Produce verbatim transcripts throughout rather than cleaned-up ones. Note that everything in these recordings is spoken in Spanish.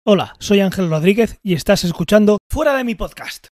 Hola, soy Ángel Rodríguez y estás escuchando Fuera de mi podcast.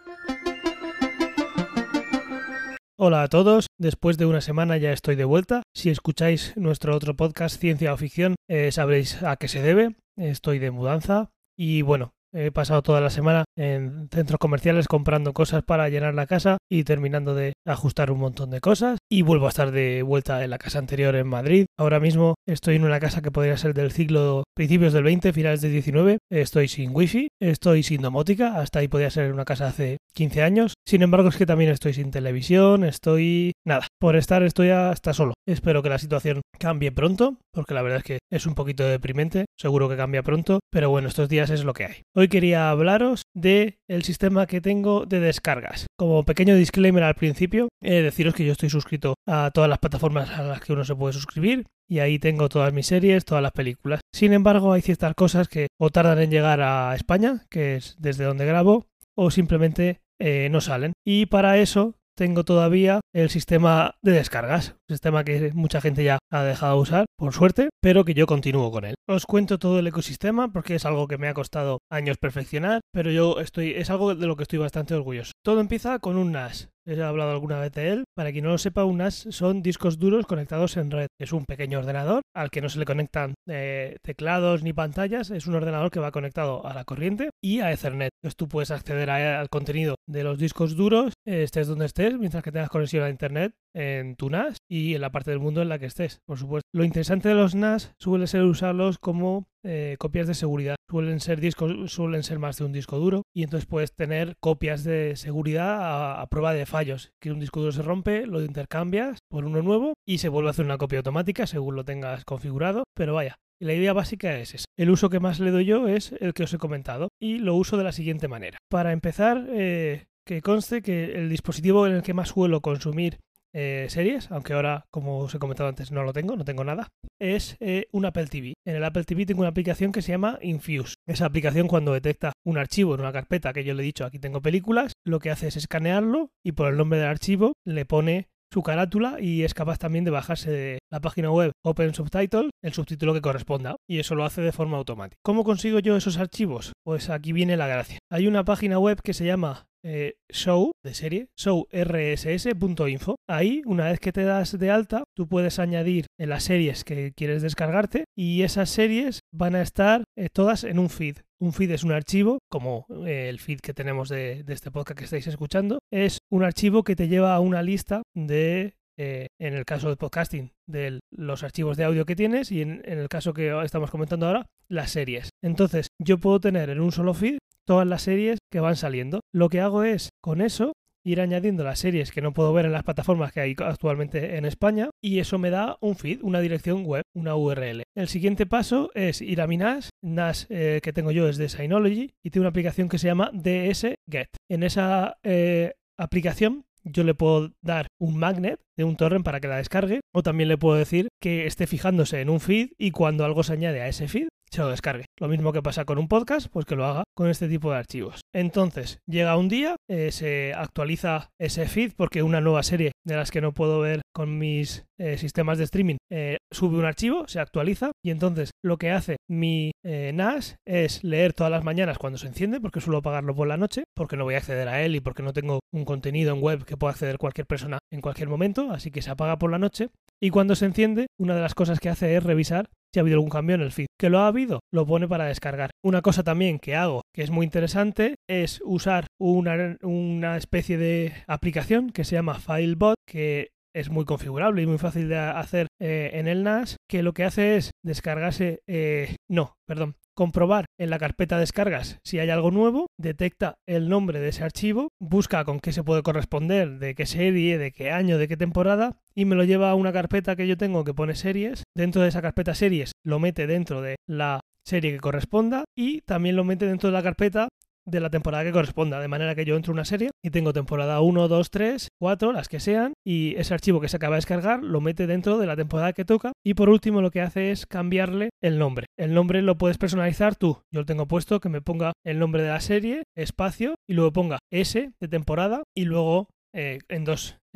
Hola a todos, después de una semana ya estoy de vuelta. Si escucháis nuestro otro podcast Ciencia o Ficción, eh, sabréis a qué se debe. Estoy de mudanza y bueno, he pasado toda la semana en centros comerciales comprando cosas para llenar la casa y terminando de ajustar un montón de cosas y vuelvo a estar de vuelta en la casa anterior en Madrid. Ahora mismo estoy en una casa que podría ser del siglo principios del veinte, finales del diecinueve. Estoy sin wifi, estoy sin domótica, hasta ahí podía ser una casa hace quince años. Sin embargo, es que también estoy sin televisión, estoy... nada, por estar estoy hasta solo. Espero que la situación cambie pronto, porque la verdad es que es un poquito deprimente, seguro que cambia pronto, pero bueno, estos días es lo que hay. Hoy quería hablaros de el sistema que tengo de descargas. Como pequeño disclaimer al principio, eh, deciros que yo estoy suscrito a todas las plataformas a las que uno se puede suscribir y ahí tengo todas mis series, todas las películas. Sin embargo, hay ciertas cosas que o tardan en llegar a España, que es desde donde grabo, o simplemente eh, no salen. Y para eso tengo todavía el sistema de descargas, un sistema que mucha gente ya ha dejado de usar, por suerte, pero que yo continúo con él. Os cuento todo el ecosistema porque es algo que me ha costado años perfeccionar, pero yo estoy es algo de lo que estoy bastante orgulloso. Todo empieza con un N A S. He hablado alguna vez de él. Para quien no lo sepa, un N A S son discos duros conectados en red. Es un pequeño ordenador al que no se le conectan eh, teclados ni pantallas. Es un ordenador que va conectado a la corriente y a Ethernet. Entonces tú puedes acceder a, al contenido de los discos duros, eh, estés donde estés, mientras que tengas conexión a Internet en tu N A S y en la parte del mundo en la que estés, por supuesto. Lo interesante de los N A S suele ser usarlos como eh, copias de seguridad. Suelen ser discos, suelen ser más de un disco duro y entonces puedes tener copias de seguridad a, a prueba de fallos. Que un disco duro se rompe, lo intercambias por uno nuevo y se vuelve a hacer una copia automática según lo tengas configurado, pero vaya. Y la idea básica es esa. El uso que más le doy yo es el que os he comentado y lo uso de la siguiente manera. Para empezar, eh, que conste que el dispositivo en el que más suelo consumir Eh, series, aunque ahora, como os he comentado antes, no lo tengo, no tengo nada, es eh, un Apple T V. En el Apple T V tengo una aplicación que se llama Infuse. Esa aplicación, cuando detecta un archivo en una carpeta que yo le he dicho aquí tengo películas, lo que hace es escanearlo y por el nombre del archivo le pone su carátula y es capaz también de bajarse de la página web Open Subtitle el subtítulo que corresponda y eso lo hace de forma automática. ¿Cómo consigo yo esos archivos? Pues aquí viene la gracia. Hay una página web que se llama eh, show de serie, show r s s punto info. Ahí, una vez que te das de alta, tú puedes añadir en las series que quieres descargarte y esas series van a estar eh, todas en un feed. Un feed es un archivo, como eh, el feed que tenemos de, de este podcast que estáis escuchando, es un archivo que te lleva a una lista de, eh, en el caso del podcasting, de los archivos de audio que tienes y en, en el caso que estamos comentando ahora, las series. Entonces, yo puedo tener en un solo feed todas las series que van saliendo. Lo que hago es, con eso, ir añadiendo las series que no puedo ver en las plataformas que hay actualmente en España y eso me da un feed, una dirección web, una U R L. El siguiente paso es ir a mi N A S. N A S eh, que tengo yo es de Synology y tiene una aplicación que se llama D S Get. En esa eh, aplicación yo le puedo dar un magnet de un torrent para que la descargue o también le puedo decir que esté fijándose en un feed y cuando algo se añade a ese feed se lo descargue. Lo mismo que pasa con un podcast, pues que lo haga con este tipo de archivos. Entonces, llega un día, eh, se actualiza ese feed porque una nueva serie de las que no puedo ver con mis eh, sistemas de streaming eh, sube un archivo, se actualiza y entonces lo que hace mi eh, N A S es leer todas las mañanas cuando se enciende, porque suelo apagarlo por la noche, porque no voy a acceder a él y porque no tengo un contenido en web que pueda acceder cualquier persona en cualquier momento, así que se apaga por la noche y cuando se enciende, una de las cosas que hace es revisar si ha habido algún cambio en el feed. ¿Que lo ha habido? Lo pone para descargar. Una cosa también que hago, que es muy interesante, es usar una, una especie de aplicación que se llama FileBot, que es muy configurable y muy fácil de hacer eh, en el N A S, que lo que hace es descargarse, eh, no, perdón, comprobar en la carpeta descargas si hay algo nuevo, detecta el nombre de ese archivo, busca con qué se puede corresponder, de qué serie, de qué año, de qué temporada, y me lo lleva a una carpeta que yo tengo que pone series. Dentro de esa carpeta series lo mete dentro de la serie que corresponda y también lo mete dentro de la carpeta de la temporada que corresponda, de manera que yo entro a una serie y tengo temporada uno, dos, tres, cuatro, las que sean, y ese archivo que se acaba de descargar lo mete dentro de la temporada que toca y por último lo que hace es cambiarle el nombre. El nombre lo puedes personalizar tú. Yo lo tengo puesto que me ponga el nombre de la serie, espacio, y luego ponga S de temporada y luego eh, en dos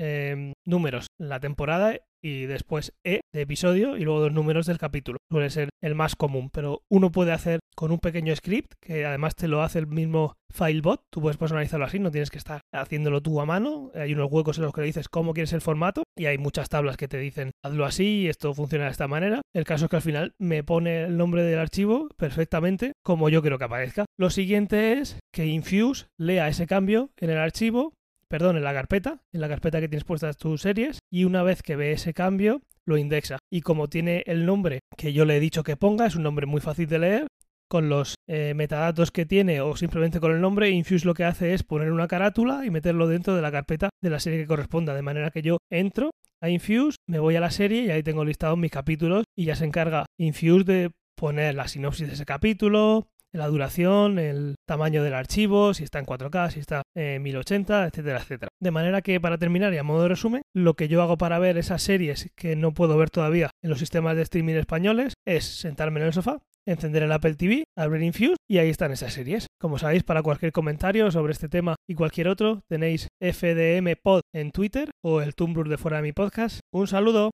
eh, números la temporada y después E de episodio y luego dos números del capítulo. Suele ser el más común, pero uno puede hacer con un pequeño script que además te lo hace el mismo Filebot. Tú puedes personalizarlo así, no tienes que estar haciéndolo tú a mano. Hay unos huecos en los que le dices cómo quieres el formato y hay muchas tablas que te dicen hazlo así y esto funciona de esta manera. El caso es que al final me pone el nombre del archivo perfectamente como yo quiero que aparezca. Lo siguiente es que Infuse lea ese cambio en el archivo, perdón, en la carpeta, en la carpeta que tienes puestas tus series, y una vez que ve ese cambio, lo indexa. Y como tiene el nombre que yo le he dicho que ponga, es un nombre muy fácil de leer, con los eh, metadatos que tiene o simplemente con el nombre, Infuse lo que hace es poner una carátula y meterlo dentro de la carpeta de la serie que corresponda, de manera que yo entro a Infuse, me voy a la serie y ahí tengo listados mis capítulos y ya se encarga Infuse de poner la sinopsis de ese capítulo, la duración, el tamaño del archivo, si está en cuatro K, si está en mil ochenta, etcétera, etcétera. De manera que, para terminar y a modo de resumen, lo que yo hago para ver esas series que no puedo ver todavía en los sistemas de streaming españoles es sentarme en el sofá, encender el Apple T V, abrir Infuse y ahí están esas series. Como sabéis, para cualquier comentario sobre este tema y cualquier otro, tenéis F D M Pod en Twitter o el Tumblr de Fuera de mi Podcast. Un saludo.